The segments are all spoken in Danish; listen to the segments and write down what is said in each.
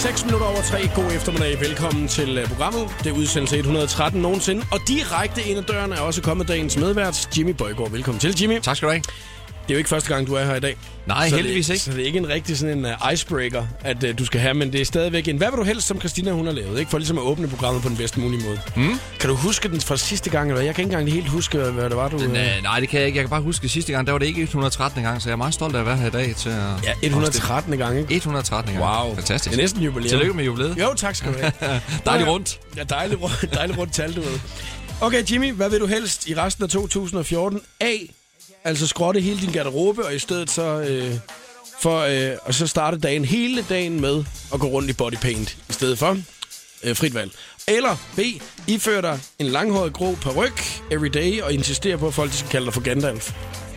6 minutter over 3. God eftermiddag. Velkommen til programmet. Det er udsendelse 113 nogensinde. Og direkte ind ad døren er også kommet dagens medvært, Jimmy Bøjgaard. Velkommen til, Jimmy. Tak skal du have. Det er jo ikke første gang, du er her i dag. Nej, heldigvis ikke. Så det er ikke en rigtig sådan en icebreaker, at du skal have, men det er stadigvæk en hvad vil du helst, som Christina hun har lavet, ikke? For ligesom at åbne programmet på den bedste mulige måde. Kan du huske den fra sidste gang, eller jeg kan ikke engang helt huske, hvad det var, du... Nej, det kan jeg ikke. Jeg kan bare huske sidste gang, der var det ikke 113. gang, så jeg er meget stolt af at være her i dag til at... Ja, 113. gang, ikke? 113. gang. Wow. Fantastisk. Det er næsten jubilæum. Tillykke med jubilæet. Jo, tak skal du have. Dejligt rundt. Ja, dejligt rundt tal, du ved. Okay, Jimmy, hvad vil du helst i resten af 2014? A, altså skrotte hele din garderobe, og i stedet så... og så starte dagen hele dagen med at gå rundt i bodypaint i stedet for frit valg. Eller B, ifør dig en langhåret grå paryk everyday og insistere på, at folk skal kalde dig for Gandalf.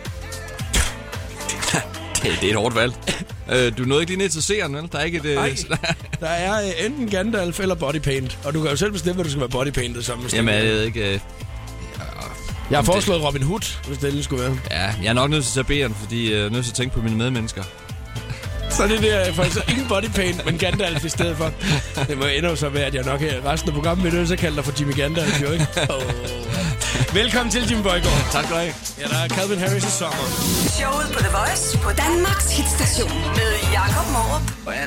Det er et hårdt valg. Du nåede ikke lige ned til seeren, vel? Der er ikke et... Nej, der er enten Gandalf eller bodypaint, og du kan jo selv bestemme, hvad du skal være bodypaintet som. Jamen, jeg ved ikke... Jeg har foreslået Robin Hood, hvis det skulle være. Ja, jeg er nok nødt til at tage B'eren, fordi jeg er nødt til at tænke på mine medmennesker. Så det der, for så ingen bodypaint, men Gandalf i stedet for. Det må ende så være, at jeg nok resten af programmet vil nødt til at kalde dig for Jimmy Gandalf, jo ikke? Velkommen til, Jimmy Bøjgaard. Tak skal du have. Ja, der er Calvin Harris' Summer. Showet på The Voice på Danmarks hitstation med Jakob Morup.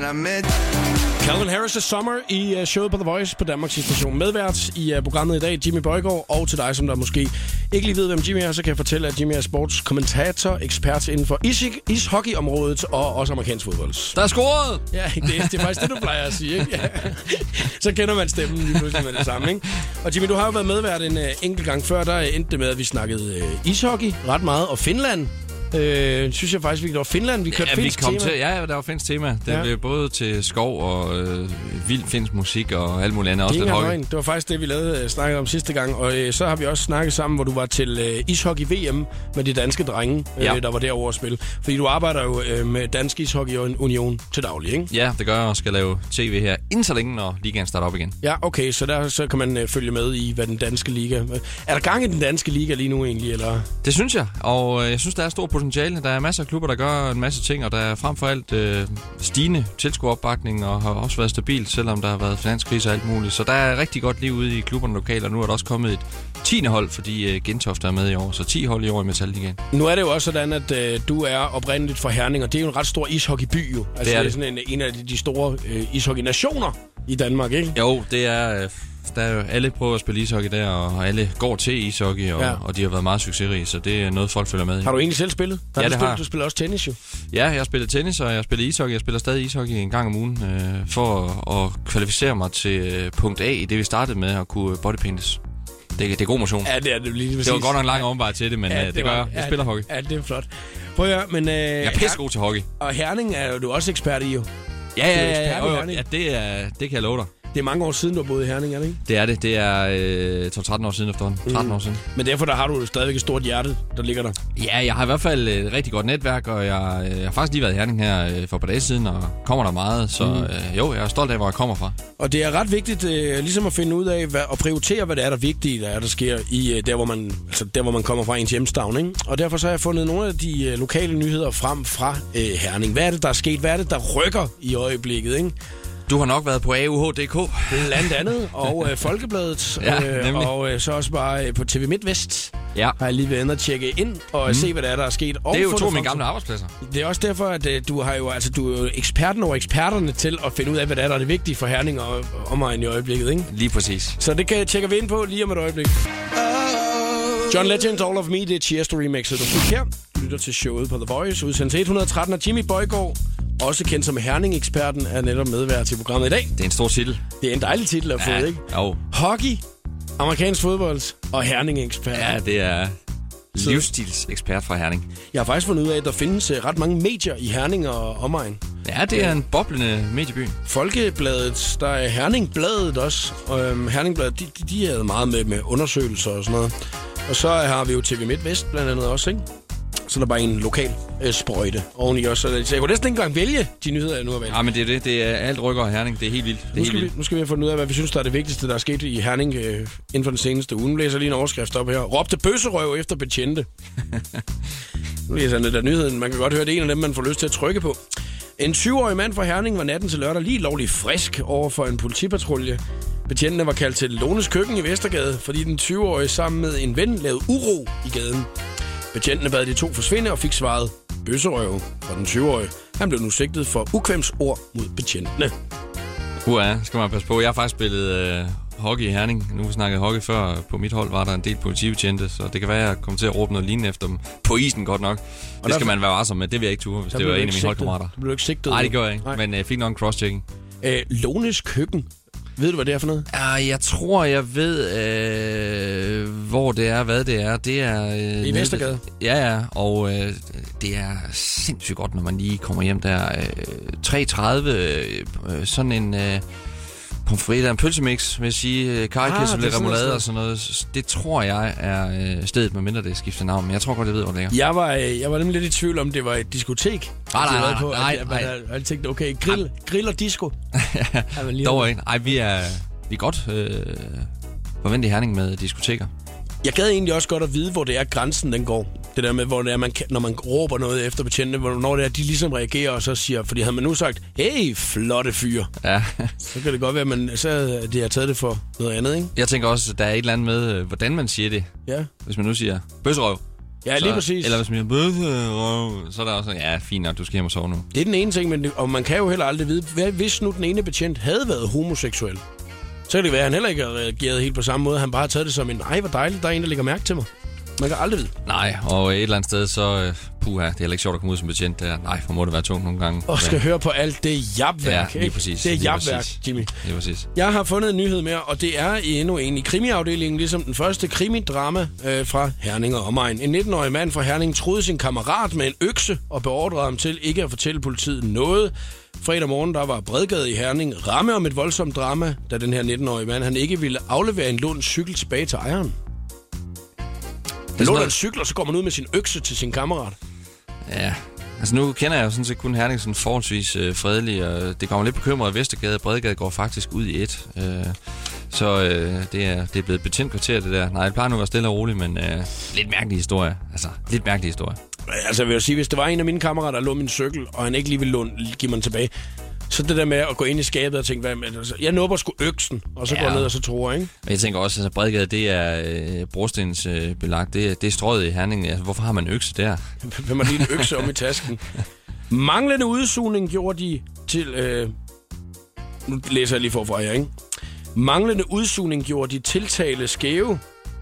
Calvin Harris' Summer i showet på The Voice på Danmarks station. Medvært i programmet i dag, Jimmy Bøjgaard. Og til dig, som der måske ikke lige ved, hvem Jimmy er, så kan jeg fortælle, at Jimmy er sportskommentator, ekspert inden for ishockeyområdet og også amerikansk fodbold. Der er scoret! Ja, det er faktisk det, du plejer at sige, ikke? Ja. Så kender man stemmen lige pludselig med det samme, ikke? Og Jimmy, du har jo været medvært en enkelt gang før. Der endte det med, at vi snakkede ishockey ret meget, og Finland. Synes jeg faktisk, det var Finland, vi kørte finsk tema. Ja, der var finsk tema. Det blev både til skov og vild finsk musik og alt muligt andet. Også det var faktisk det, vi snakkede om sidste gang. Og så har vi også snakket sammen, hvor du var til ishockey-VM med de danske drenge, der var derovre at spille. Fordi du arbejder jo med Dansk Ishockey Union til daglig, ikke? Ja, det gør jeg, og skal lave tv her inden så længe, når ligaen starter op igen. Ja, okay, så kan man følge med i, hvad den danske liga... Er der gang i den danske liga lige nu egentlig, eller...? Det synes jeg, og jeg synes, der er stor potentiale. Der er masser af klubber, der gør en masse ting, og der er frem for alt stigende tilskueropbakning, og har også været stabilt, selvom der har været finanskrise og alt muligt. Så der er rigtig godt liv ude i klubberne lokalt, og nu er der også kommet et 10. hold, fordi Gentofte er med i år, så 10 hold i år i Metalligaen. Nu er det jo også sådan, at du er oprindeligt fra Herning, og det er jo en ret stor ishockeyby jo. Altså, det er sådan en af de store ishockeynationer i Danmark, ikke? Jo, det er... Der er jo alle prøver at spille ishockey der, og alle går til ishockey, og de har været meget succesrige, så det er noget, folk følger med i. Har du egentlig selv spillet? Du spiller også tennis jo? Ja, jeg har spillet tennis, og jeg har spillet ishockey. Jeg spiller stadig ishockey en gang om ugen, for at kvalificere mig til punkt A i det, vi startede med at kunne bodypaintes. Det er god motion. Ja, det er det lige præcis. Det var godt nok en lang omvej til det, men det gør jeg. Jeg spiller hockey. Ja, det er flot. Prøv at høre, men... jeg er pissegod til hockey. Og Herning er du også ekspert i jo. Ja, det kan jeg love dig. Det er mange år siden, du har boet i Herning, er det ikke? Det er det. Det er 12-13 år siden efterhånden. 13 år siden. Men derfor der har du stadigvæk et stort hjerte, der ligger der. Ja, jeg har i hvert fald et rigtig godt netværk, og jeg har faktisk lige været i Herning her for et par dage siden, og kommer der meget. Så jeg er stolt af, hvor jeg kommer fra. Og det er ret vigtigt ligesom at finde ud af, og prioritere, hvad det er, der sker i der, hvor man kommer fra ens hjemstavn, ikke? Og derfor så har jeg fundet nogle af de lokale nyheder frem fra Herning. Hvad er det, der er sket? Hvad er det, der rykker i øjeblikket, ikke? Du har nok været på AUH.dk. Blandt andet, og Folkebladet, og så også bare på TV MidtVest. Ja. Har jeg lige været inde og tjekke ind og se, hvad der er sket. Og det er jo to af mine gamle arbejdspladser. Det er også derfor, at du er jo eksperten over eksperterne til at finde ud af, hvad der er det vigtige for Herning og omegn i øjeblikket, ikke? Lige præcis. Så det kan jeg tjekke ind på lige om et øjeblik. John Legend, All of Me, det er Cheers remixet, du fik her. Du lytter til showet på The Voice, udsendelse 113 af Jimmy Bøjgaard. Også kendt som Herning-eksperten, er netop medvært til programmet i dag. Det er en stor titel. Det er en dejlig titel at få, ikke? Jo. Hockey, amerikansk fodbold og Herning-ekspert. Ja, det er livsstilsekspert fra Herning. Jeg har faktisk fundet ud af, at der findes ret mange medier i Herning og omegn. Ja, det er en boblende medieby. Folkebladet, der er Herningbladet også. Og Herningbladet, de havde meget med undersøgelser og sådan noget. Og så har vi jo TV MidtVest blandt andet også, ikke? Så der er bare en lokal sprøjte oveni også. Så jeg kunne næsten ikke engang vælge de nyheder, jeg nu har valgt. Ja, men det er det. Det er alt rykker af Herning. Det er helt vildt. Nu skal vi have fundet ud af, hvad vi synes, der er det vigtigste, der er sket i Herning inden for den seneste uge. Nu læser lige en overskrift op her. Råbte bøsserøv efter betjente. Nu læser jeg lidt af nyheden. Man kan godt høre, det er en af dem, man får lyst til at trykke på. En 20-årig mand fra Herning var natten til lørdag lige lovligt frisk over for en politipatrulje. Betjentene var kaldt til Lones Køkken i Vestergade, fordi den 20-årige sammen med en ven lavede uro i gaden. Betjentene bad de to forsvinde og fik svaret bøsserøve fra den 20-årige. Han blev nu sigtet for ukvemsord mod betjentene. Skal man passe på. Jeg har faktisk spillet hockey i Herning. Nu snakkede hockey før. På mit hold var der en del politibetjente, så det kan være, at jeg kommer til at råbe noget lignende efter dem. På isen godt nok. Og det skal man være varsom med. Det vil jeg ikke turde, hvis det var en af mine holdkammerater. Du blev ikke sigtet? Nej, det gør jeg ikke. Nej. Men jeg fik nok en cross-checking. Lones Køkken. Ved du, hvad det er for noget? Jeg tror, jeg ved, hvor det er, hvad det er. Det er... I Vestergade? Ja, og det er sindssygt godt, når man lige kommer hjem der. 3.30, sådan en... pomfrit og en pølsemix, vil jeg sige. Karikæs og lidt remoulade og sådan noget. Det tror jeg er stedet, medmindre det skifter navn. Men jeg tror godt, jeg ved, hvor det ligger. Jeg var nemlig lidt i tvivl om, det var et diskotek. Nej. Jeg tænkte, okay, grill og disco. Dog ikke. Ej, vi er godt forventet i Herning med diskoteker. Jeg gad egentlig også godt at vide, hvor det er grænsen den går. Det der med, hvor det er, når man råber noget efter betjentene, hvornår det er, de ligesom reagerer og så siger, fordi havde man nu sagt, hey, flotte fyre, så kan det godt være, at de har taget det for noget andet, ikke? Jeg tænker også, at der er et eller andet med, hvordan man siger det. Ja. Hvis man nu siger, bøsserøv. Ja, lige præcis. Eller hvis man siger, bøsserøv, så er der også sådan, ja, fint nok, du skal hjem og sove nu. Det er den ene ting, og man kan jo heller aldrig vide, hvis nu den ene betjent havde været homoseksuel, så kan det være, at han heller ikke har reageret helt på samme måde. Han bare har taget det som en, hvor dejligt, der er en, der lægger mærke til mig. Man kan aldrig vide. Nej, og et eller andet sted, så det er heller ikke sjovt at komme ud som betjent der. Nej, for må det være tungt nogle gange. Og skal høre på alt det jabværk, ja, lige præcis. Det er jabværk, Jimmy. Lige præcis. Jeg har fundet en nyhed mere, og det er endnu en i krimiafdelingen, ligesom den første krimidrama fra Herning og omegn. En 19-årig mand fra Herning troede sin kammerat med en økse og beordrede ham til ikke at fortælle politiet noget. Fredag morgen, der var Bredgade i Herning ramme om et voldsomt drama, da den her 19-årige mand, han ikke ville aflevere en lånt cykel tilbage til ejeren. Han låner en cykel, og så går man ud med sin økse til sin kammerat. Ja, altså nu kender jeg jo sådan set kun Herning sådan forholdsvis fredelig, og det kommer lidt bekymret af Vestergade. Bredgade går faktisk ud i et. Så det er blevet betjent kvarter, det der. Nej, det plejer nu at være stille og roligt, men lidt mærkelig historie. Altså, jeg vil jo sige, hvis det var en af mine kammerater, der lå min cykel, og han ikke lige ville give mig den tilbage, så det der med at gå ind i skabet og tænke, jeg nubber sgu øksen, og så går jeg ned og så tror, ikke? Og jeg tænker også, at altså, Bredgade, det er brostensbelagt. Det er strøget i Herning. Altså, hvorfor har man økse der? Hvem har lige en økse om i tasken? Manglende udsugning gjorde de til... Nu læser jeg lige forfra jer, ikke? Manglende udsugning gjorde de tiltale skæve.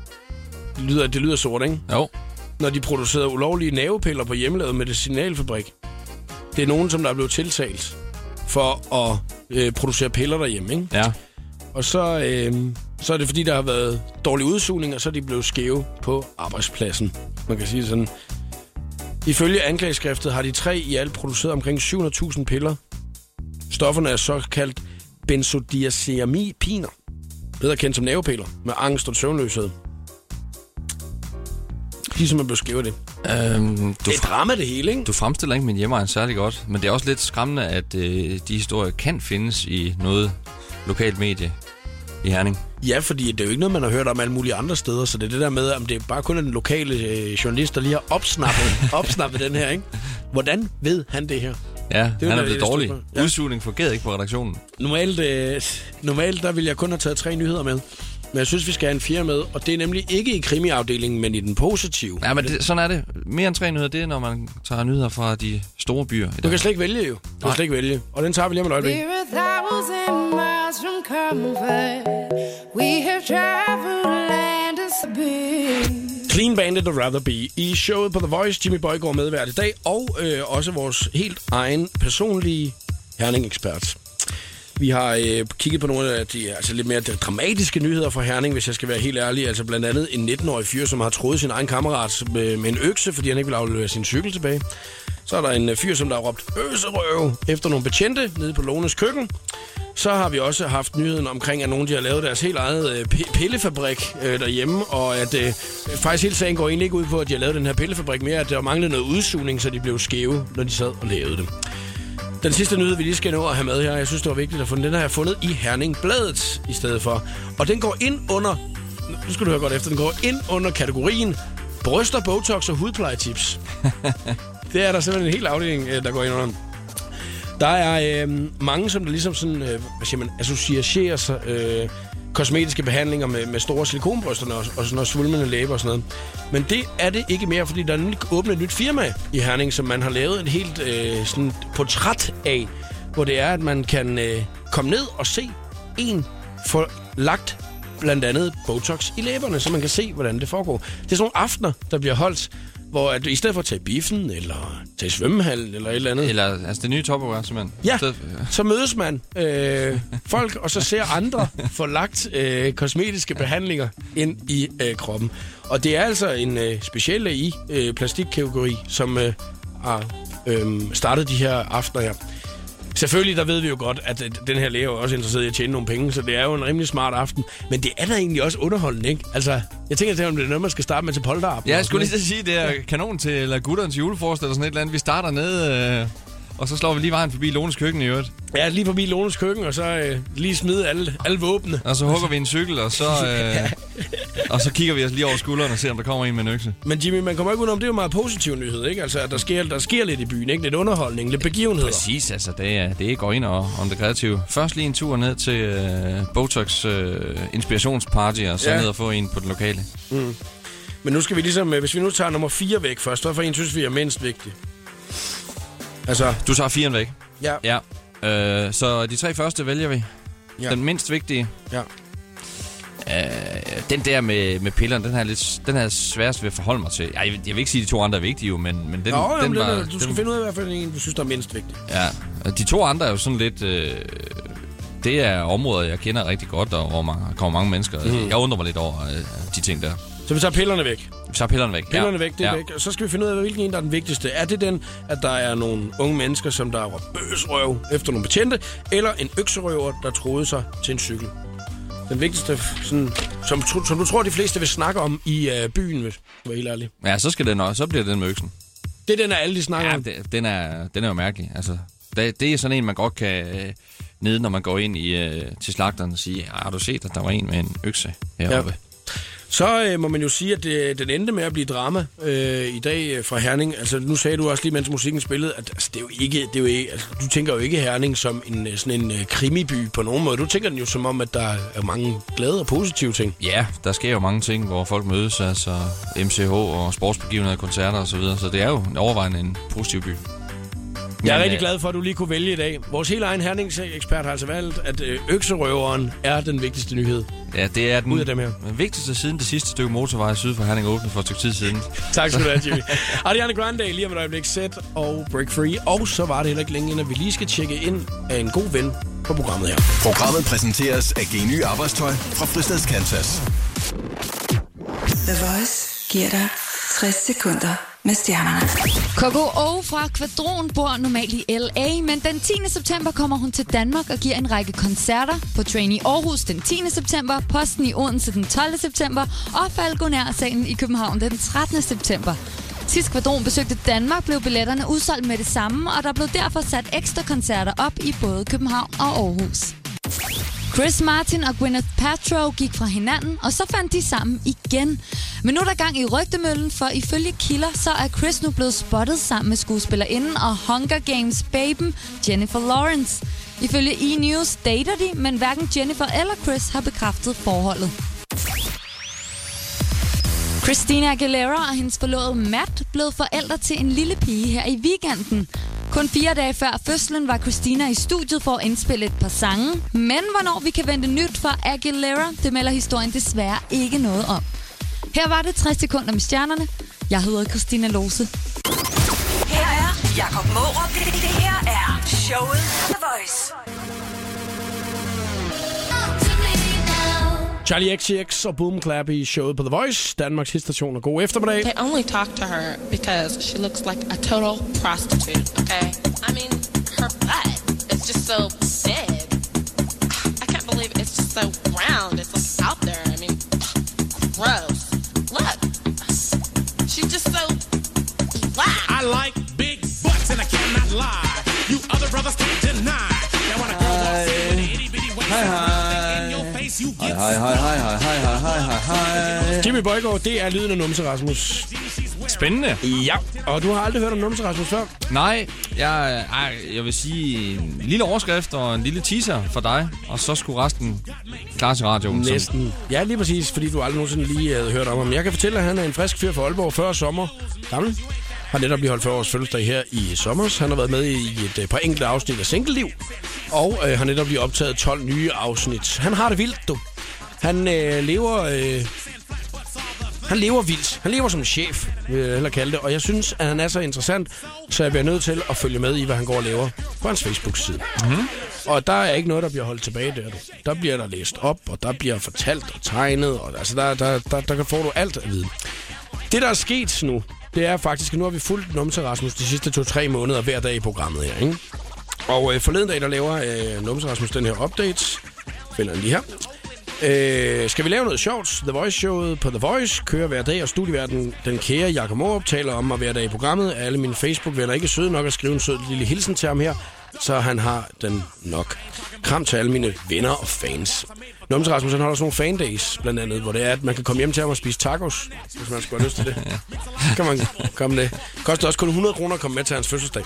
Det lyder sort, ikke? Jo. Når de producerede ulovlige nervepiller på hjemmelavet medicinalfabrik. Det er nogen, som der er blevet tiltalt for at producere piller derhjemme, ikke? Ja. Og så er det fordi, der har været dårlig udsugning, og så er de blevet skæve på arbejdspladsen. Man kan sige sådan. Ifølge anklageskriftet har de 3 i alt produceret omkring 700.000 piller. Stofferne er såkaldt benzodiazepiner, bedre kendt som nervepiller, med angst og søvnløshed. De som er blevet skæve det. Det er drama det hele, ikke? Du fremstiller ikke min hjemmeegn særlig godt, men det er også lidt skræmmende, at de historier kan findes i noget lokalt medie i Herning. Ja, fordi det er jo ikke noget, man har hørt om alle mulige andre steder, så det er det der med, om det bare kun er den lokale journalist, der lige har opsnappet den her, ikke? Hvordan ved han det her? Ja, han er blevet dårlig. Ja. Udsugning fungerede ikke på redaktionen. Normalt der ville jeg kun have taget 3 nyheder med. Men jeg synes, vi skal have en 4 med, og det er nemlig ikke i krimiafdelingen, men i den positive. Ja, men sådan er det. Mere end 3 nyheder, det er, når man tager nyheder fra de store byer. Du kan slet ikke vælge, jo. Du kan slet ikke vælge. Og den tager vi lige om et øjeblik. Clean Bandit og Rather Be. I showet på The Voice, Jimmy Boy går med hver dag, og også vores helt egen personlige Herning-ekspert. Vi har kigget på nogle af de lidt mere dramatiske nyheder fra Herning, hvis jeg skal være helt ærlig. Altså blandt andet en 19-årig fyr, som har troet sin egen kammerat med en økse, fordi han ikke ville aflevere sin cykel tilbage. Så er der en fyr, som der har råbt øserøv efter nogle betjente nede på Lones Køkken. Så har vi også haft nyheden omkring, at nogen de har lavet deres helt eget pillefabrik derhjemme, og at faktisk hele sagen går egentlig ikke ud på, at de har lavet den her pillefabrik mere, at der manglede noget udsugning, så de blev skæve, når de sad og lavede det. Den sidste nyhed, vi lige skal nå at have med her, jeg synes, det var vigtigt at få den her fundet i Herning-bladet i stedet for. Og den går ind under, nu skal du høre godt efter, den går ind under kategorien bryster, botox og hudplejetips. Det er der simpelthen en hel afdeling, der går ind under. Der er mange, som der ligesom sådan, associerer sig kosmetiske behandlinger med store silikonbryster og sådan noget svulmende læber og sådan noget. Men det er det ikke mere, fordi der er nemlig åbnet et nyt firma i Herning, som man har lavet et helt sådan portræt af, hvor det er, at man kan komme ned og se en få lagt blandt andet Botox i læberne, så man kan se, hvordan det foregår. Det er sådan nogle aftener, der bliver holdt, hvor at i stedet for at tage biffen, eller tage svømmehallen, eller et eller andet. Eller altså det nye Tupperware, simpelthen. Ja, så mødes man folk, og så ser andre få lagt kosmetiske behandlinger ind i kroppen. Og det er altså en specielle i plastikkategori, som har startet de her aftener her. Selvfølgelig, der ved vi jo godt, at den her læge er også interesseret i at tjene nogle penge, så det er jo en rimelig smart aften. Men det er da egentlig også underholdende, ikke? Altså, jeg tænker, om det er noget, man skal starte med til polterabend. Ja, jeg skulle lige sige, det er kanon til gutterens juleforestil eller sådan et eller andet. Vi starter ned, og så slår vi lige vejen forbi Lones køkken i øvrigt. Ja, lige forbi Lones køkken, og så lige smide alle våbnene. Og så hugger vi en cykel, og så, og så kigger vi os lige over skulderen og ser, om der kommer en med en økse. Men Jimmy, man kommer ikke ud om, det er jo meget positiv nyhed, ikke? Altså, at der sker lidt i byen, ikke? Lidt underholdning, lidt begivenheder. Præcis, altså, det går ind om det kreative. Først lige en tur ned til Botox inspirationsparty, og så ned og få en på den lokale. Mm. Men nu skal vi ligesom, hvis vi nu tager nummer 4 væk først, hvorfor en synes vi er mindst vigtig? Altså, du tager 4'en væk? Ja. Så de 3 første vælger vi. Ja. Den mindst vigtige. Ja. Den der med pillerne, den er sværest ved at forholde mig til. Jeg vil ikke sige, at de 2 andre er vigtige, men den var... Du skal finde ud af, hvad for en du synes, der er mindst vigtig. Ja, de 2 andre er jo sådan lidt... det er områder, jeg kender rigtig godt, og hvor der kommer mange mennesker. Jeg undrer mig lidt over de ting der. Så vi tager pillerne væk. Pillerne væk, det er væk. Og så skal vi finde ud af, hvilken en der er den vigtigste. Er det den, at der er nogle unge mennesker, som der er bøsrøv efter nogle betjente, eller en økserøver, der troede sig til en cykel? Den vigtigste, sådan, som du tror, de fleste vil snakke om i byen, hvis du var helt ærlig. Ja, så bliver den med øksen. Det er den, alle de snakker om. Den er jo mærkelig. Altså, det er sådan en, man godt kan nede, når man går ind til slagteren og sige, har du set, at der var en med en økse heroppe? Ja. Så må man jo sige, at den endte med at blive drama i dag fra Herning. Altså, nu sagde du også lige, mens musikken spillede, at altså, det er jo ikke altså, du tænker jo ikke Herning som sådan en krimiby på nogen måde. Du tænker den jo som om, at der er mange glade og positive ting. Ja, der sker jo mange ting, hvor folk mødes, altså MCH og sportsbegivenheder, koncerter og så videre. Så det er jo overvejende en positiv by. Jeg er rigtig glad for, at du lige kunne vælge i dag. Vores helt egen Herningsekspert har altså valgt, at økserøveren er den vigtigste nyhed. Ja, det er den ud af dem her. Vigtigste siden det sidste stykke motorvej syd for Herning åbne for et stykke tid siden. Tak skal du have, Jimmy. Ariana Grande lige om et øjeblik, Set og Break Free. Og så var det heller ikke længe, inden vi lige skal tjekke ind af en god ven på programmet her. Programmet præsenteres af Geny Arbejdstøj fra Fristads Kansas. The Voice giver dig 60 sekunder med stjernerne. Coco O fra Kvadron bor normalt i LA, men den 10. september kommer hun til Danmark og giver en række koncerter på Train i Aarhus den 10. september, Posten i Odense den 12. september og Falconer-salen i København den 13. september. Sidst Kvadron besøgte Danmark, blev billetterne udsolgt med det samme, og der blev derfor sat ekstra koncerter op i både København og Aarhus. Chris Martin og Gwyneth Paltrow gik fra hinanden, og så fandt de sammen igen. Men nu er der gang i rygtemøllen, for ifølge kilder, så er Chris nu blevet spottet sammen med skuespillerinden og Hunger Games-baben Jennifer Lawrence. Ifølge E! News dater de, men hverken Jennifer eller Chris har bekræftet forholdet. Christina Aguilera og hendes forlovede Matt blev forældre til en lille pige her i weekenden. Kun 4 dage før fødslen var Christina i studiet for at indspille et par sange. Men hvornår vi kan vente nyt fra Aguilera, det melder historien desværre ikke noget om. Her var det 60 sekunder med stjernerne. Jeg hedder Christina Lose. Her er Jakob Mårup. Det her er showet The Voice. Charlie XCX og Boom Clap i showet på The Voice, Danmarks hitstation, og god eftermiddag. They only talk to her because she looks like a total prostitute, okay? I mean, her butt is just so big. I can't believe it's just so round. It's like out there. I mean, gross. Look. She's just so black. I like big butts and I cannot lie. You other brothers can't deny. Now when a girl walks in with an itty bitty waist in your face, you get Hej. Jimmy Bøjgaard, det er lyden af numse, Rasmus. Spændende. Ja, og du har aldrig hørt om Numse Rasmus før? Nej, jeg vil sige en lille overskrift og en lille teaser for dig, og så skulle resten klare til radioen. Næsten. Ja, lige præcis, fordi du aldrig nogensinde lige havde hørt om ham. Jeg kan fortælle, at han er en frisk fyr fra Aalborg før sommer. Gammel. Har netop lige holdt 40 års fødselsdag her i sommer. Han har været med i et par enkelte afsnit af Single-liv, og har netop lige optaget 12 nye afsnit. Han har det vildt, du. Han lever vildt. Han lever som en chef, vil jeg hellere kalde det. Og jeg synes, at han er så interessant, så jeg bliver nødt til at følge med i, hvad han går og laver på hans Facebook-side. Mm-hmm. Og der er ikke noget, der bliver holdt tilbage der. Der bliver der læst op, og der bliver fortalt og tegnet. Og, altså, der får du alt at vide. Det, der er sket nu, det er faktisk, at nu har vi fulgt Numse Rasmus de sidste 2-3 måneder hver dag i programmet her, ikke? Og forleden dag, der laver Numse Rasmus den her update. Finder den lige her. Skal vi lave noget sjovt? The Voice-showet på The Voice kører hver dag, og studieverden den kære Jakob Mårup taler om mig hver dag i programmet. Alle mine Facebook-venner ikke søde nok at skrive en sød lille hilsen til ham her, så han har den nok. Kram til alle mine venner og fans. Numse Rasmus, han holder sådan nogle fan-days, blandt andet, hvor det er, at man kan komme hjem til ham og spise tacos, hvis man skulle have lyst til det. Så kan man komme det. Det koster også kun 100 kroner at komme med til hans fødselsdag.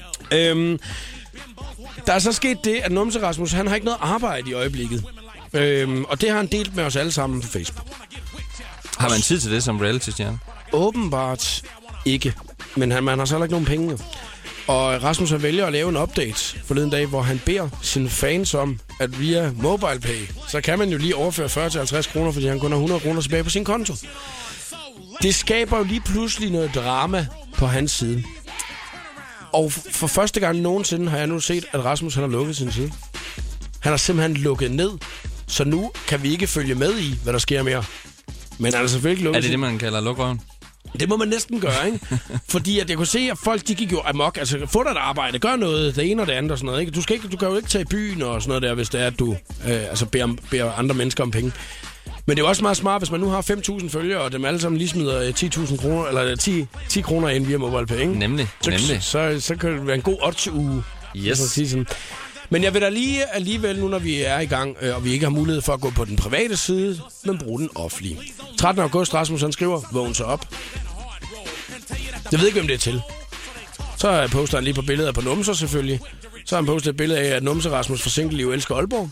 Der er så sket det, at Numse Rasmus, han har ikke noget arbejde i øjeblikket. Og det har han delt med os alle sammen på Facebook. Har man tid til det som reality-stjerne? Åbenbart ikke. Men man har så heller ikke nogen penge. Og Rasmus han vælger at lave en update forleden dag, hvor han beder sine fans om, at via MobilePay, så kan man jo lige overføre 40-50 kroner, fordi han kun har 100 kroner tilbage på sin konto. Det skaber jo lige pludselig noget drama på hans side. Og for første gang nogensinde har jeg nu set, at Rasmus han har lukket sin side. Han har simpelthen lukket ned, så nu kan vi ikke følge med i, hvad der sker mere. Men han har selvfølgelig lukket. Er det det, man kalder lukrøven? Det må man næsten gøre, ikke? Fordi at jeg kunne se, at folk de gik jo amok. Altså, få dig et arbejde, gør noget, det ene og det andet og sådan noget, ikke? Du kan jo ikke tage i byen og sådan noget der, hvis det er, at du beder andre mennesker om penge. Men det er også meget smart, hvis man nu har 5.000 følgere, og dem alle sammen lige smider 10.000 kroner, eller 10 kroner ind via MobilePay, ikke? Nemlig. Så kan det være en god oddsuge. Yes. Men jeg vil da lige alligevel, nu når vi er i gang, og vi ikke har mulighed for at gå på den private side, men bruge den offentlige. 13. august, Rasmus han skriver, vågn så op. Jeg ved ikke, hvem det er til. Så poster han lige på billeder på Numser selvfølgelig. Så har han postet et billede af, at Numse Rasmus fra Single-liv elsker Aalborg.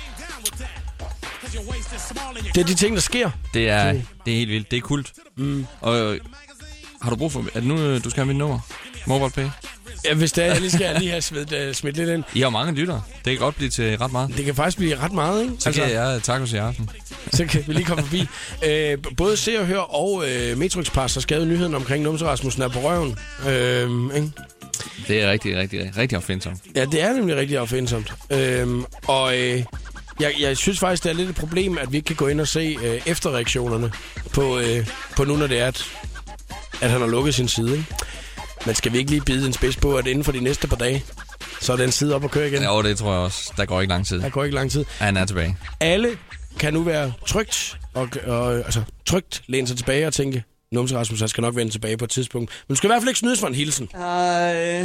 Det er de ting, der sker. Det er helt vildt. Det er kult. Mm. Og har du brug for... Er det nu, du skal have mit nummer? MobilePay? Ja, hvis det er, jeg lige have smidt lidt ind. I har mange lyttere. Det kan godt blive til ret meget. Det kan faktisk blive ret meget, ikke? Så kan jeg tacos i aften. Så kan vi lige komme forbi. Både Se og Hør og Metro Express har skrevet nyheden omkring Numse Rasmussen er på røven. Ikke? Det er rigtig opfindsomt. Ja, det er nemlig rigtig opfindsomt. Jeg synes faktisk, det er lidt et problem, at vi ikke kan gå ind og se efterreaktionerne på nu, når det er, at han har lukket sin side, ikke? Men skal vi ikke lige bide en spids på, at inden for de næste par dage, så er den side op og køre igen? Jo, det tror jeg også. Der går ikke lang tid. Han er tilbage. Alle kan nu være trygt læne sig tilbage og tænke, Numse Rasmus, han skal nok vende tilbage på et tidspunkt. Men du skal i hvert fald ikke snydes for en hilsen. Hej.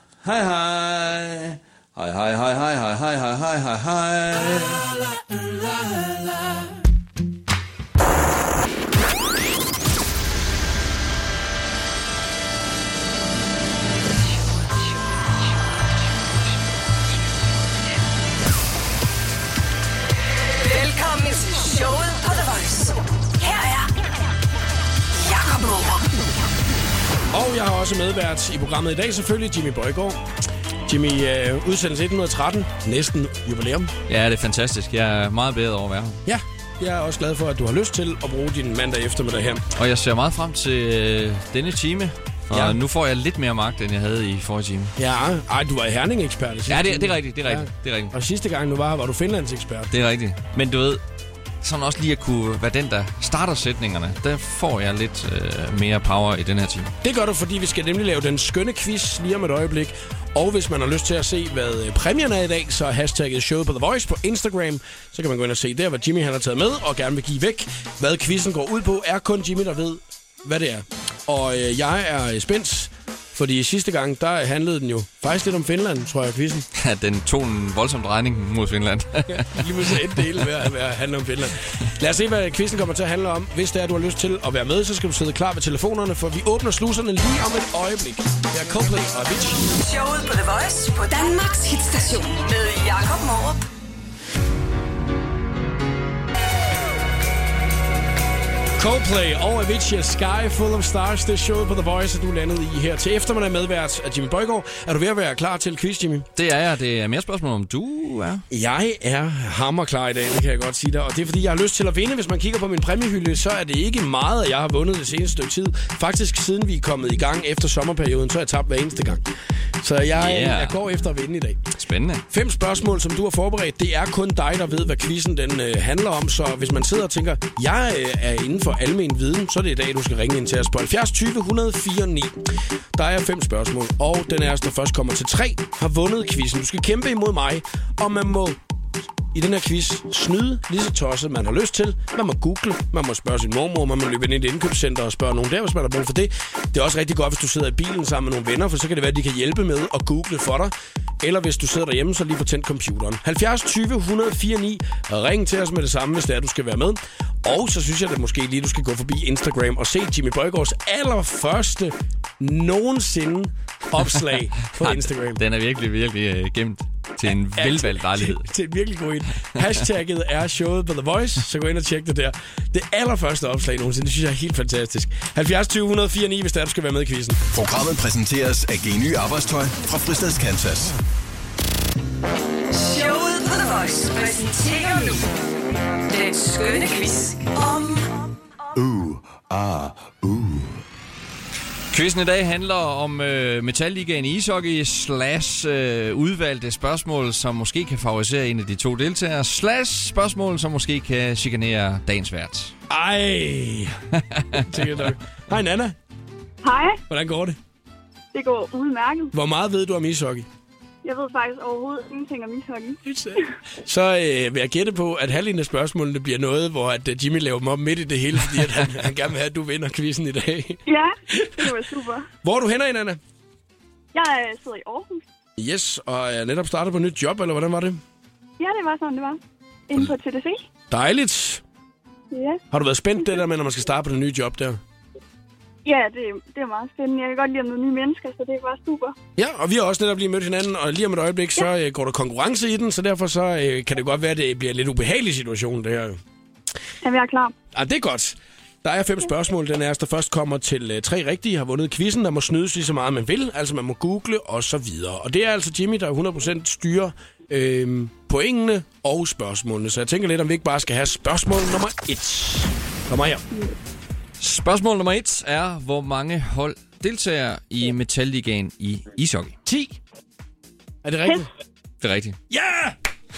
Velkommen til showet på The Voice. Her er Jakob Mårup. Og jeg har også medvært i programmet i dag selvfølgelig, Jimmy Bøjgaard. Jimmy, udsendelse 113, næsten jubilæum. Ja, det er fantastisk. Jeg er meget bedre over at være her. Ja, jeg er også glad for, at du har lyst til at bruge din mandag eftermiddag her. Og jeg ser meget frem til denne time. Og nu får jeg lidt mere magt, end jeg havde i forrige time. Ja, du var Herning-ekspert. Ja, det er rigtigt. Det er rigtigt. Og sidste gang du var du Finlands-ekspert. Det er rigtigt. Men du ved, sådan også lige at kunne være den, der starter sætningerne, der får jeg lidt mere power i den her time. Det gør du, fordi vi skal nemlig lave den skønne quiz lige om et øjeblik. Og hvis man har lyst til at se, hvad præmien er i dag, så hashtagget showet på The Voice på Instagram. Så kan man gå ind og se der, hvad Jimmy han har taget med og gerne vil give væk. Hvad quizzen går ud på, er kun Jimmy, der ved, hvad det er. Og jeg er spændt Fordi sidste gang, der handlede den jo faktisk lidt om Finland, tror jeg, quizzen. Ja, den tog en voldsom drejning mod Finland. Lige pludselig et del med at handle om Finland. Lad os se, hvad quizzen kommer til at handle om. Hvis det er, du har lyst til at være med, så skal du sidde klar ved telefonerne, for vi åbner sluserne lige om et øjeblik. Det er Coldplay og Avicii. Showet på The Voice på Danmarks hitstation med Jakob Morup. Coldplay og Avicii, Sky Full of Stars. Det er showet på The Voice, at du landede i her til eftermiddag medvært af Jimmy Bøjgaard. Er du ved at være klar til quiz, Jimmy? Det er jeg. Det er mere spørgsmål, om du er. Jeg er hammerklar i dag, det kan jeg godt sige dig. Og det er, fordi jeg har lyst til at vinde. Hvis man kigger på min præmiehylde, så er det ikke meget, at jeg har vundet det seneste stykke tid. Faktisk siden vi er kommet i gang efter sommerperioden, så har jeg tabt hver eneste gang. Så jeg går efter at vinde i dag. Spændende. 5 spørgsmål, som du har forberedt. Det er kun dig, der ved, hvad quizzen den handler om. Så hvis man sidder og tænker, jeg er inden for almen viden, så er det i dag, du skal ringe ind til os på 70 20 104 9. Der er 5 spørgsmål, og den er, der først kommer til 3, har vundet quizzen. Du skal kæmpe imod mig, og man må i den her quiz snyde lige så tosset, man har lyst til. Man må google, man må spørge sin mormor, man må løbe ind i et indkøbscenter og spørge nogen der, hvis man har brug for det. Det er også rigtig godt, hvis du sidder i bilen sammen med nogle venner, for så kan det være, at de kan hjælpe med at google for dig. Eller hvis du sidder derhjemme, så lige få tændt computeren. 70 20 104 9. Ring til os med det samme, hvis det er, du skal være med. Og så synes jeg, at måske lige du skal gå forbi Instagram og se Jimmy Bøjgaards allerførste nogensinde opslag på Instagram. Den er virkelig, virkelig gemt til en velvalgt lejlighed. Til en virkelig god en. Hashtagget er showet på The Voice, så gå ind og tjek det der. Det allerførste opslag nogensinde, det synes jeg er helt fantastisk. 70 20 104 9, hvis det er, du skal være med i quizzen. Programmet præsenteres af Geny Arbejdstøj fra Fristads Kansas. Showet på The Voice præsenterer nu den skønne quiz om... Quizzen i dag handler om Metalligaen i ishockey / udvalgte spørgsmål, som måske kan favorisere en af de 2 deltagere / spørgsmål, som måske kan chikanere dagens vært. Ej, tænker nok. Hej Nana. Hej, Hvordan går det? det går udmærket. Hvor meget ved du om ishockey? Jeg ved faktisk overhovedet ingenting om ishockey. Så vil jeg gætte på, at halvdelen af spørgsmålene bliver noget, hvor at Jimmy laver dem op midt i det hele, fordi at han gerne vil have, at du vinder quizzen i dag. Ja, det var super. Hvor er du henne, Nana? Jeg sidder i Aarhus. Yes, og er netop startet på et nyt job, eller hvordan var det? Ja, det var sådan, det var. Inde på TDC. Dejligt. Ja, Har du været spændt det der med, når man skal starte på det nye job der? ja det er meget spændende. Jeg kan godt lide at møde nye mennesker, så det var super. Ja, og vi har også netop lige mødt hinanden, og lige om et øjeblik, så går der konkurrence i den, så derfor så kan det godt være, at det bliver en lidt ubehagelig situation, det her. Jamen, jeg er klar. Ja, det er godt. Der er 5 spørgsmål. Den er, der først kommer til 3 rigtige, har vundet quizzen. Der må snydes lige så meget, man vil. Altså, man må google og så videre. Og det er altså Jimmy, der 100% styrer pointene og spørgsmålene. Så jeg tænker lidt, om vi ikke bare skal have spørgsmål nummer 1. Kom her. Spørgsmål nummer 1 er, hvor mange hold deltager i Metalligaen i ishockey? 10. Er det rigtigt? Det er rigtigt. Ja!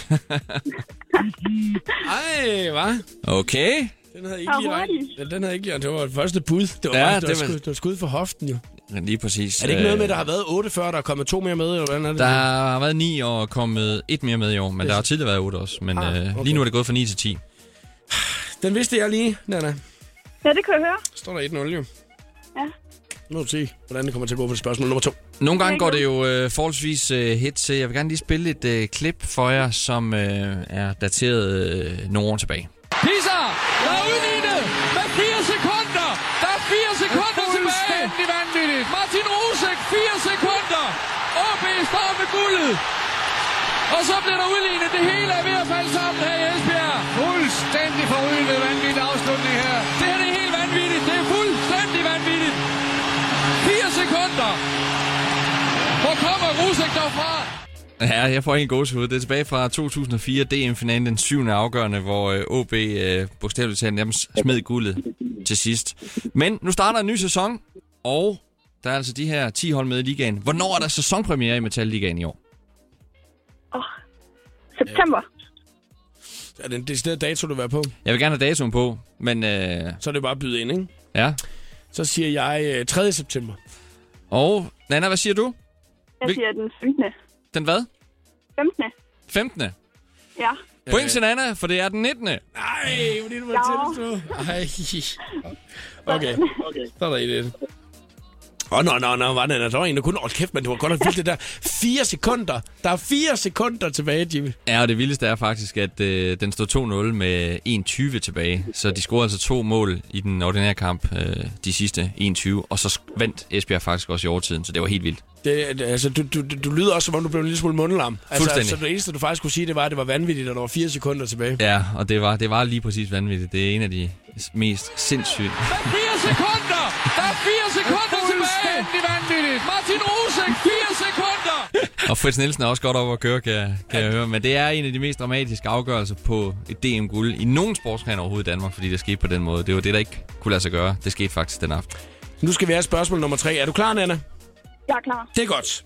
Ej, hvad? Okay. Den havde ikke lige regnet. Den havde ikke lige. Det var det første bud. Det var, det var skud for hoften, jo. Lige præcis. Er det ikke noget med, at der har været 8 før, der er kommet 2 mere med? Eller hvordan er det? Der har været 9 og kommet 1 mere med i år, men der har tidligere været 8 også. Men okay. Lige nu er det gået fra 9 til 10. Den vidste jeg lige, Nana. Ja, det kan jeg høre. Står der 1-0, jo. Ja. Nu må du se, hvordan det kommer til at gå på spørgsmål nummer 2. Nogle gange går det jo forholdsvis hit til. Jeg vil gerne lige spille et klip for jer, som er dateret nogle år tilbage. Pisa, der er udlignet med 4 sekunder. Der er 4 sekunder tilbage. Fuldstændig vanvittigt. Martin Rosek, 4 sekunder. OB står med guldet. Og så bliver der udlignet. Det hele er ved at falde sammen her i Esbjerg. Fuldstændig forrygende vanvittig afslutning her. Det her det er helt vanvittigt. Det er fuldstændig vanvittigt. 4 sekunder. Hvor kommer Rosek derfra? Ja, jeg får en gåsehud. Det er tilbage fra 2004 DM-finalen, den 7. afgørende, hvor OB bogstaveligt talt nærmest smed guldet til sidst. Men nu starter en ny sæson, og der er altså de her 10 hold med i ligaen. Hvornår er der sæsonpremiere i Metalligaen i år? September. Er det en decideret dato, du vil være på? Jeg vil gerne have datoen på, men... Så er det bare at byde ind, ikke? Ja. Så siger jeg 3. september. Og Nana, hvad siger du? Jeg siger den 15. Den hvad? 15. 15. Ja. Point til Nana, for det er den 19. Nej, fordi du var tæt på. Okay. Så er der 1-1. var det? Der var en, der kunne... kæft, men det var godt nok vildt det der. 4 sekunder. Der er 4 sekunder tilbage, Jimmy. Ja, og det vildeste er faktisk, at den stod 2-0 med 1:20 tilbage. Så de scorede altså 2 mål i den ordinære kamp, de sidste 1:20. Og så vandt Esbjerg faktisk også i overtiden, så det var helt vildt. Altså, du lyder også, som om du blev en lille smule mundelam. Fuldstændig. Så det eneste, du faktisk kunne sige, det var, at det var vanvittigt, og der var 4 sekunder tilbage. Ja, og det var lige præcis vanvittigt. Det er en af de mest sindssygt. 4 sekunder! Der er 4 sekunder tilbage! Det er vanvittigt! Martin Rosek, 4 sekunder! Og Fritz Nielsen er også godt over at køre, kan jeg høre. Men det er en af de mest dramatiske afgørelser på et DM-guld i nogen sportsgren overhovedet i Danmark, fordi det skete på den måde. Det var det, der ikke kunne lade sig gøre. Det skete faktisk den aften. Nu skal vi have spørgsmål nummer 3. Er du klar, Nana? Jeg er klar. Det er godt.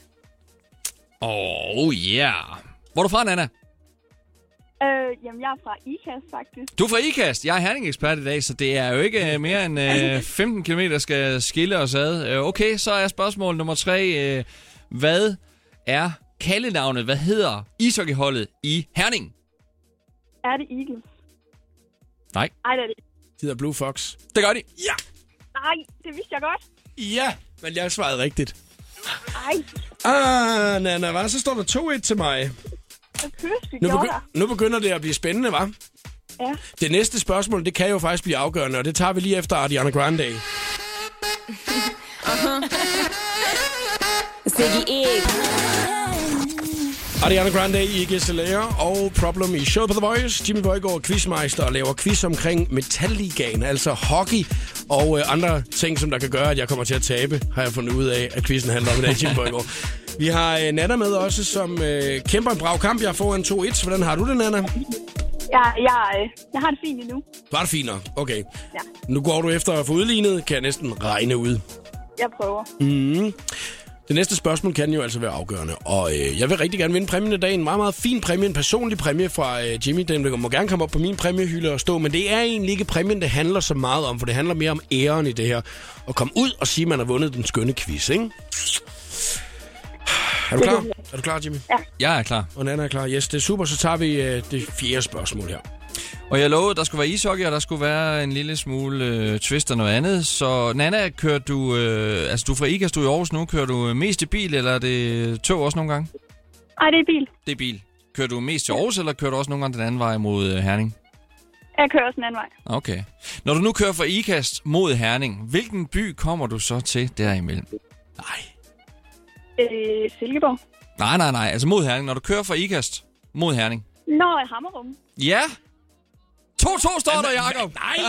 Yeah. Hvor er du fra, Nana? Jamen, jeg er fra IKAST, faktisk. Du er fra IKAST. Jeg er Herning-ekspert i dag, så det er jo ikke mere end 15 km, skal skille os ad. Okay, så er spørgsmål nummer 3. Hvad er kaldenavnet? Hvad hedder ishockeyholdet i Herning? Er det Eagles? Nej. Ej, det er det. Det hedder Blue Fox. Det gør de. Ja. Nej, det vidste jeg godt. Ja, men jeg svarede rigtigt. Ej. Nana, hvad? Så står der 2-1 til mig. Nu begynder det at blive spændende, hva'? Ja. Det næste spørgsmål, det kan jo faktisk blive afgørende, og det tager vi lige efter Ariana Grande. Ariana Grande, Iggy Azalea og Problem i showet på The Voice. Jimmy Bøjgaard, quizmeister, og laver quiz omkring Metalligaen, altså hockey og andre ting, som der kan gøre, at jeg kommer til at tabe, har jeg fundet ud af, at quizzen handler om i dag, Jimmy Bøjgaard. Vi har Nana med også, som kæmper en brav kamp. Jeg får en 2-1. Hvordan har du det, Nana? Jeg har det fint endnu. Var det fint nok? Okay. Ja. Nu går du efter at få udlignet, kan jeg næsten regne ud. Jeg prøver. Det næste spørgsmål kan jo altså være afgørende, og jeg vil rigtig gerne vinde præmien i dag. En meget, meget fin præmie, en personlig præmie fra Jimmy. Den må gerne komme op på min præmiehylde og stå, men det er egentlig ikke præmien, det handler så meget om, for det handler mere om æren i det her. At komme ud og sige, at man har vundet den skønne quiz, ikke? Er du klar? Er du klar, Jimmy? Ja. Jeg er klar. Og Nana er klar. Yes, det er super. Så tager vi det 4. spørgsmål her. Og jeg lovede, at der skulle være ishockey, og der skulle være en lille smule twist og noget andet. Så Nana, kører du... altså, du er fra IKAST, du er i Aarhus nu. Kører du mest i bil, eller er det tog også nogle gange? Nej, det er bil. Det er bil. Kører du mest til Aarhus, eller kører du også nogle gange den anden vej mod Herning? Jeg kører også den anden vej. Okay. Når du nu kører fra IKAST mod Herning, hvilken by kommer du så til derimellem? Nej. Silkeborg. Nej. Altså mod Herning. Når du kører fra IKAST mod Herning. Nå, Hammerum. Ja. 2-2 står der, Jacob. Nej.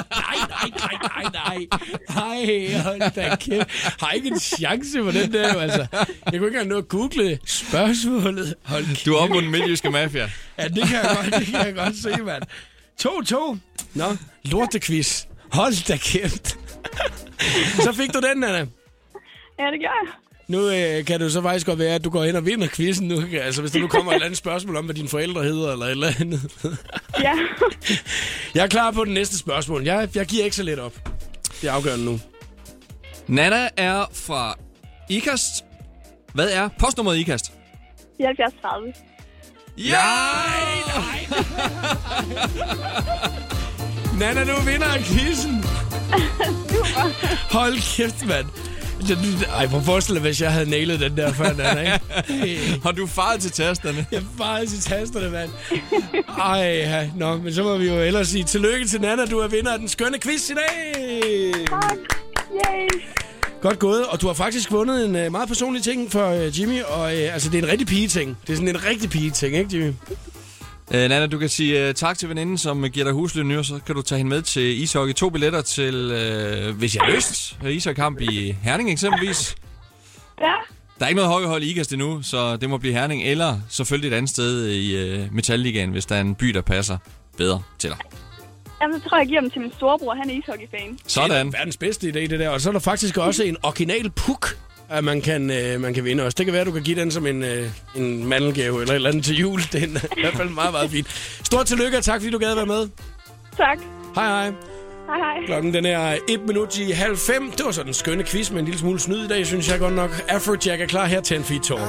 Nej, hold da kæft. Har ikke en chance for den der, altså. Jeg kunne ikke engang nå at google spørgsmålet. Hold kæft. Du er oppe mod den midtjyske mafia. Ja, det kan jeg godt se, mand. 2-2. Nå, lortequiz. Hold da kæft. Så fik du den, Nana. Ja, det gør jeg. Nu kan det jo så faktisk godt være, at du går ind og vinder quizzen nu. Altså, hvis der nu kommer et eller andet spørgsmål om, hvad dine forældre hedder, eller et eller andet. Ja. Jeg er klar på den næste spørgsmål. Jeg giver ikke så lidt op. Det er afgørende nu. Nana er fra IKAST. Hvad er postnummeret i IKAST? 7430. Ja! Nej! Nana, du vinder af quizzen. Hold kæft, mand. Ej, prøv at forestille dig, hvis jeg havde nailet den der før, Nana, ikke? Hey. Har du faret til tasterne? Jeg faret til tasterne, mand. Ej, nå, men så må vi jo ellers sige tillykke til Nana. Du er vinder af den skønne quiz i dag. Tak. Yay. Godt gået, og du har faktisk vundet en meget personlig ting for Jimmy, og altså, det er en rigtig pige-ting. Det er sådan en rigtig pige-ting, ikke, Jimmy? Nana, du kan sige tak til veninden, som giver dig husløn nu, og så kan du tage hende med til ishockey. 2 billetter til, hvis jeg har lyst, ishockeykamp i Herning eksempelvis. Ja. Der er ikke noget hockeyhold i IKAST endnu, så det må blive Herning, eller selvfølgelig et andet sted i Metalligaen, hvis der er en by, der passer bedre til dig. Jamen, så tror jeg giver dem til min storebror, han er ishockeyfan. Sådan. Det er verdens bedste idé, det der. Og så er der faktisk også en original puk, at man kan vinde også. Det kan være, at du kan give den som en mandelgave eller et eller andet til jul. Det er i hvert fald meget, meget fint. Stort tillykke, og tak fordi du gad at være med. Tak. Hej. Hej. Klokken den er 5:01. Det var så den skønne quiz med en lille smule snyd i dag, synes jeg godt nok. Afrojack er klar her, 10 Feet Tall.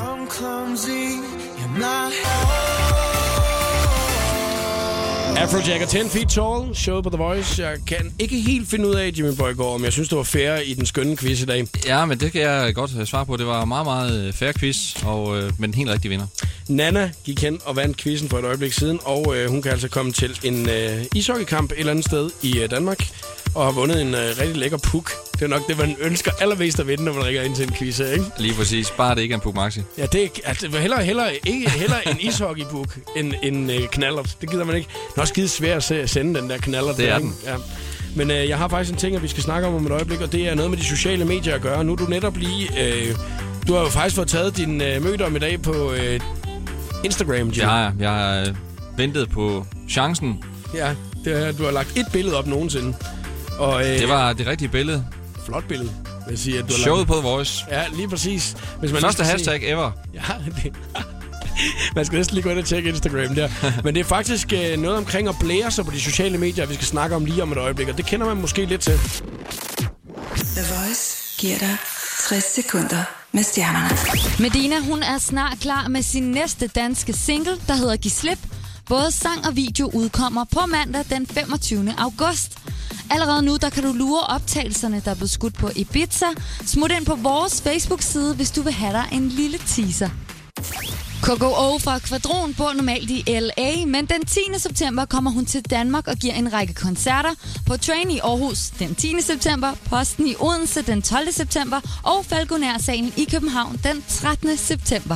Afrojack er 10 feet tall, showet på The Voice. Jeg kan ikke helt finde ud af, Jimmy Bøjgaard, om jeg synes, det var fair i den skønne quiz i dag. Ja, men det kan jeg godt svare på. Det var meget, meget fair quiz, og med en helt rigtig vinder. Nana gik hen og vandt quizzen for et øjeblik siden, og hun kan altså komme til en ishockeykamp et eller andet sted i Danmark, og har vundet en rigtig lækker puk. Det er nok det, man ønsker allermest at vinde, når man ringer ind til en quiz, ikke? Lige præcis. Bare det ikke er en puk maxi. Ja, det er altså, hellere en ishockeypuk end en knallert. Det gider man ikke. Det er også skide svært at sende den der knallert. Det er den. Ja. Men jeg har faktisk en ting, at vi skal snakke om et øjeblik, og det er noget med de sociale medier at gøre. Nu er du netop lige... du har jo faktisk fået taget din møde om i dag på Instagram, Jim. Ja, jeg har ventet på chancen. Ja, du har lagt et billede op nogensinde. Og, det var det rigtige billede. Flot billede, vil jeg sige. At du har showet på The Voice. Ja, lige præcis. Hvis man første hashtag ever. Ja, det... Man skal næsten lige gå ind og tjekke Instagram der. Men det er faktisk noget omkring at blære sig på de sociale medier, vi skal snakke om lige om et øjeblik, og det kender man måske lidt til. The Voice giver dig 60 sekunder med stjernerne. Medina, hun er snart klar med sin næste danske single, der hedder Giv slip. Både sang og video udkommer på mandag den 25. august. Allerede nu, der kan du lure optagelserne, der er blevet skudt på Ibiza. Smut ind på vores Facebook-side, hvis du vil have dig en lille teaser. KKO fra Kvadron bor normalt i LA, men den 10. september kommer hun til Danmark og giver en række koncerter på Train i Aarhus den 10. september, Posten i Odense den 12. september og Falconer-salen i København den 13. september.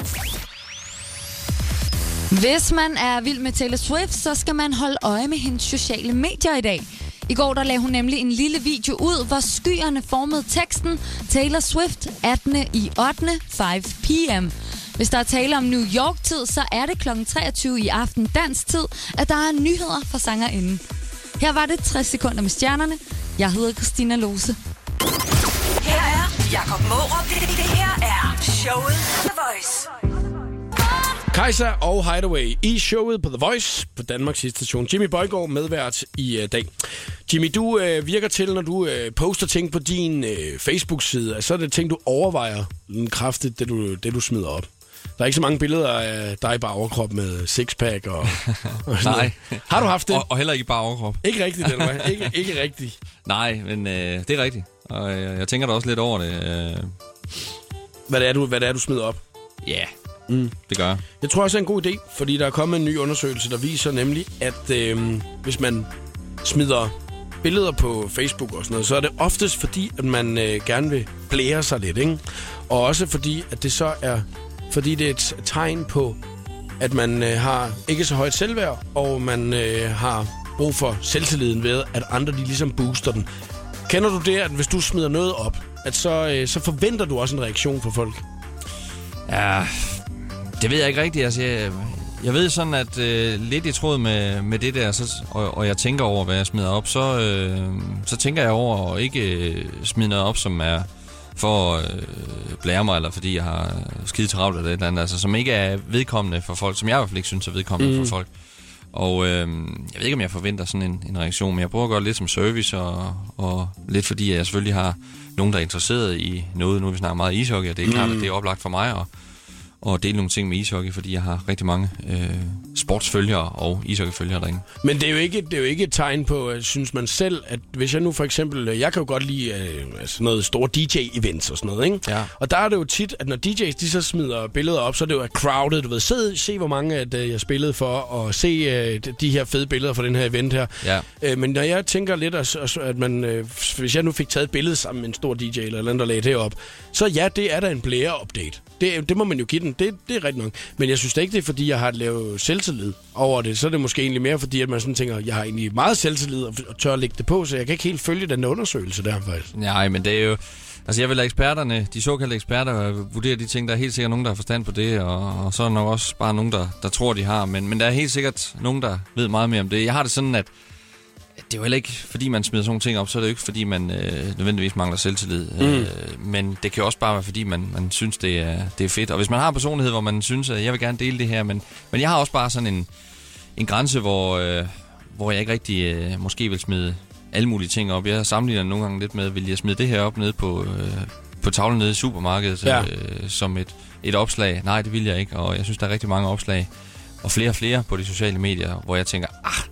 Hvis man er vild med Taylor Swift, så skal man holde øje med hendes sociale medier i dag. I går der lagde hun nemlig en lille video ud, hvor skyerne formede teksten Taylor Swift 18. i 8. 5 p.m. Hvis der er tale om New York-tid, så er det kl. 23 i aften dansk tid, at der er nyheder fra sangerinden. Her var det 60 sekunder med stjernerne. Jeg hedder Christina Lose. Her er Jakob Mårup. Det her er showet på The Voice. Kajsa og Hideaway i showet på The Voice på Danmarks station. Jimmy Bøjgaard medvært i dag. Jimmy, du virker til, når du poster ting på din Facebook-side, så er det ting, du overvejer kraftigt, det du smider op. Der er ikke så mange billeder af dig bare overkrop med sixpack og nej. Har du haft det? Og heller ikke bare overkrop. Ikke rigtigt, eller hvad? Ikke rigtigt. Nej, men det er rigtigt. Og jeg tænker da også lidt over det. Hvad det er, du smider op? Ja, yeah. Det gør jeg. Jeg tror også, det er en god idé, fordi der er kommet en ny undersøgelse, der viser nemlig, at hvis man smider billeder på Facebook og sådan noget, så er det oftest fordi, at man gerne vil blære sig lidt, ikke? Og også fordi, at det så er, fordi det er et tegn på, at man har ikke så højt selvværd, og man har brug for selvtilliden ved, at andre de ligesom booster den. Kender du det, at hvis du smider noget op, at så forventer du også en reaktion fra folk? Ja, det ved jeg ikke rigtigt. Altså, jeg ved sådan, at lidt i tråd med det der, og jeg tænker over, hvad jeg smider op, så tænker jeg over at ikke smide noget op, som er for at blære mig, eller fordi jeg har skide travlt eller et eller andet, altså, som ikke er vedkommende for folk, som jeg i hvert fald ikke synes er vedkommende for folk. Og jeg ved ikke, om jeg forventer sådan en reaktion, men jeg prøver at gøre det lidt som service, og lidt fordi jeg selvfølgelig har nogen, der er interesseret i noget. Nu er vi snakker meget ishockey, og det er klart, at det er oplagt for mig og dele nogle ting med ishockey, fordi jeg har rigtig mange sportsfølgere og ishockeyfølgere derinde. Men det er jo ikke et tegn på, synes man selv, at hvis jeg nu for eksempel, jeg kan jo godt lide altså noget store DJ-events og sådan noget, ikke? Ja. Og der er det jo tit, at når DJ's de så smider billeder op, så er det jo crowded, du ved, se hvor mange at jeg spillede for, og se de her fede billeder fra den her event her. Ja. Men når jeg tænker lidt, at man, hvis jeg nu fik taget et billede sammen med en stor DJ eller andet, der lagde det op, så ja, det er da en blære-update. Det må man jo give den. Det er rigtigt nok. Men jeg synes da ikke, det er, fordi jeg har lavet selvtillid over det. Så er det måske egentlig mere, fordi at man sådan tænker, jeg har egentlig meget selvtillid og tør at lægge det på, så jeg kan ikke helt følge den undersøgelse der faktisk. Nej, men det er jo... Altså jeg vil lade eksperterne, de såkaldte eksperter, vurdere de ting. Der er helt sikkert nogen, der har forstand på det, og så er der nok også bare nogen, der tror, de har. Men der er helt sikkert nogen, der ved meget mere om det. Jeg har det sådan, at det er jo heller ikke, fordi man smider sådan nogle ting op, så er det jo ikke, fordi man nødvendigvis mangler selvtillid. Men det kan jo også bare være, fordi man synes, det er fedt. Og hvis man har en personlighed, hvor man synes, at jeg vil gerne dele det her, men jeg har også bare sådan en grænse, hvor jeg ikke rigtig måske vil smide alle mulige ting op. Jeg sammenligner nogle gange lidt med, vil jeg smide det her op nede på tavlen nede i supermarkedet som et opslag? Nej, det vil jeg ikke. Og jeg synes, der er rigtig mange opslag, og flere på de sociale medier, hvor jeg tænker,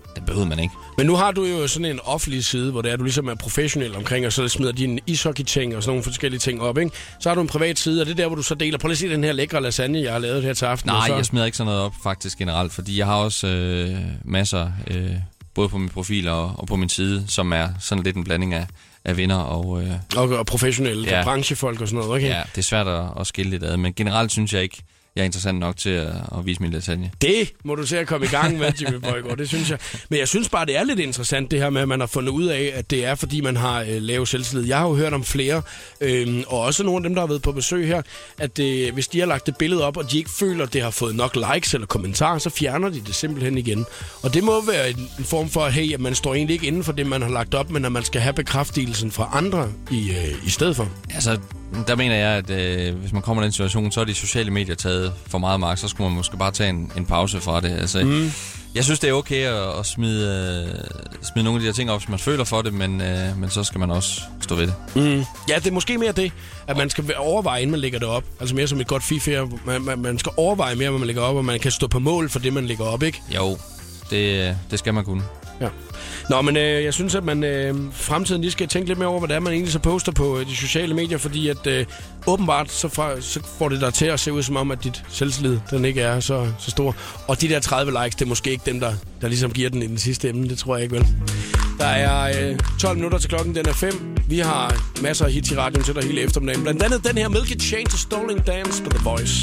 Det behøver man ikke. Men nu har du jo sådan en offentlig side, hvor det er, du ligesom er professionel omkring, og så smider dine ishockey-ting og sådan nogle forskellige ting op, ikke? Så har du en privat side, og det er der, hvor du så deler. Prøv lige at se den her lækre lasagne, jeg har lavet her til aften. Nej, jeg smider ikke sådan noget op faktisk generelt, fordi jeg har også masser, både på min profil og på min side, som er sådan lidt en blanding af venner og professionelle, ja. Branchefolk og sådan noget, okay? Ja, det er svært at skille lidt ad, men generelt synes jeg ikke, jeg er interessant nok til at vise min lasagne. Det må du se at komme i gang med, Jimmy Bøjgaard, det synes jeg. Men jeg synes bare, det er lidt interessant, det her med, at man har fundet ud af, at det er, fordi man har lavet selvtillid. Jeg har jo hørt om flere, og også nogle af dem, der har været på besøg her, at hvis de har lagt et billede op, og de ikke føler, at det har fået nok likes eller kommentarer, så fjerner de det simpelthen igen. Og det må være en form for, at man står egentlig ikke inden for det, man har lagt op, men at man skal have bekræftelsen fra andre i stedet for. Altså, der mener jeg, at hvis man kommer i den situation, så er de sociale medier taget for meget magt, så skulle man måske bare tage en pause fra det. Altså, jeg synes, det er okay at smide nogle af de her ting op, hvis man føler for det, men så skal man også stå ved det. Ja, det er måske mere det, at man skal overveje, inden man lægger det op. Altså mere som et godt FIFA. Man skal overveje mere, hvad man lægger op, og man kan stå på mål for det, man lægger op, ikke? Jo, det skal man kunne. Ja. Nå, men jeg synes, at man fremtiden lige skal tænke lidt mere over, hvad det er, man egentlig så poster på de sociale medier, fordi at åbenbart så får det dig til at se ud som om, at dit selvtillid, den ikke er så stor. Og de der 30 likes, det er måske ikke dem, der ligesom giver den i den sidste emne. Det tror jeg ikke vel. Der er 12 minutter til klokken, den er 5. Vi har masser af hits i radioen til dig hele eftermiddagen. Blandt andet den her Milky Chain til Stolen Dance på The Voice.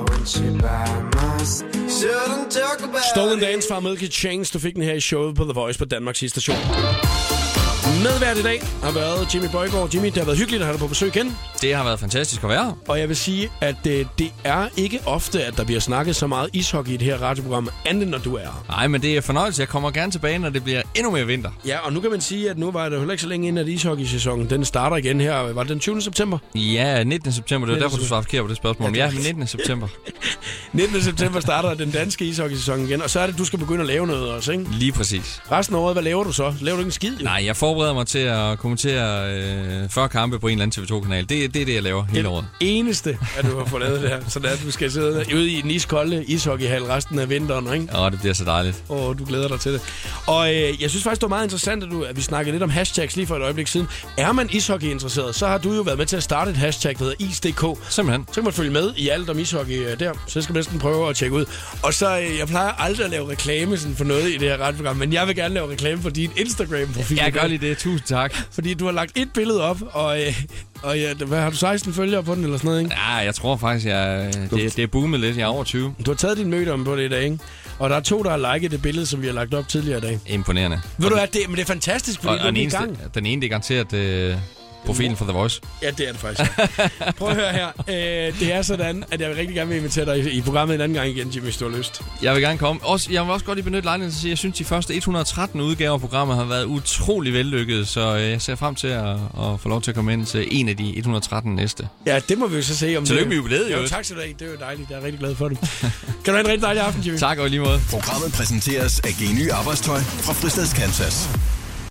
Stolen Dance fra Milky Chains. Du fik den her i showet på The Voice på Danmarks station. Medvært i dag har været Jimmy Bøjgaard. Jimmy, det har været hyggeligt at have dig på besøg igen. Det har været fantastisk at være her. Og jeg vil sige, at det er ikke ofte, at der bliver snakket så meget ishockey i det her radioprogram, andet når du er her. Nej, men det er fornøjelse. Jeg kommer gerne tilbage, når det bliver endnu mere vinter. Ja, og nu kan man sige, at nu var det heller ikke så længe inden, at ishockeysæsonen den starter igen her. Var det den 20. september? Ja, 19. september. Det var derfor, du svarede forkert på det spørgsmål. Ja, men 19. september. 19. september starter den danske ishockeysæson igen, og så er det, du skal begynde at lave noget også, ikke? Lige præcis. Resten af året, hvad laver du så? Laver du ikke en skid? Jo? Nej, jeg forbereder mig til at kommentere 40 kampe på en eller anden TV2-kanal. Det er det, jeg laver hele året. Det eneste, at du har fået lavet det her. Så at du skal sidde ude i den iskolde ishockeyhal resten af vinteren, ikke? Det bliver så dejligt. Du glæder dig til det. Og jeg synes faktisk, det var meget interessant, at vi snakkede lidt om hashtags lige for et øjeblik siden. Er man ishockey-interesseret, så har du jo været med til at starte et hashtag, der hedder ISDK. Simpelthen. Så kan man følge med i alt om ishockey der. Så jeg skal næsten prøve at tjekke ud. Og så, jeg plejer aldrig at lave reklame for noget i det her radioprogram, men jeg vil gerne lave reklame for din Instagram-profil. Jeg gør lige det. Tusind tak. Fordi du har lagt et billede op, og hvad har du 16 følgere på den eller sådan noget, ikke? Ja, jeg tror faktisk, det er boomet lidt. Jeg er over 20. Du har taget din møde om på det i dag, ikke? Og der er 2, der har liket det billede, som vi har lagt op tidligere i dag. Imponerende. Ved du hvad, men det er fantastisk, fordi du er i gang. Den ene, det er garanteret profilen for The Voice. Ja, det er det faktisk. Prøv at høre her. Det er sådan, at jeg vil rigtig gerne vil invitere dig i programmet en anden gang igen, Jimmy, hvis du har lyst. Jeg vil gerne komme. Jeg vil også godt lige benytte lejligheden til at sige, at jeg synes, de første 113 udgaver af programmet har været utrolig vellykket, så jeg ser frem til at få lov til at komme ind til en af de 113 næste. Ja, det må vi jo så se om. Tillykke med jubilæet, jo. Tak skal du have. Det er jo dejligt. Jeg er rigtig glad for det. Kan du have en rigtig dejlig aften, Jimmy? Tak og lige måde. Programmet præsenteres af Geny Arbejdstøj fra Fristads Kansas.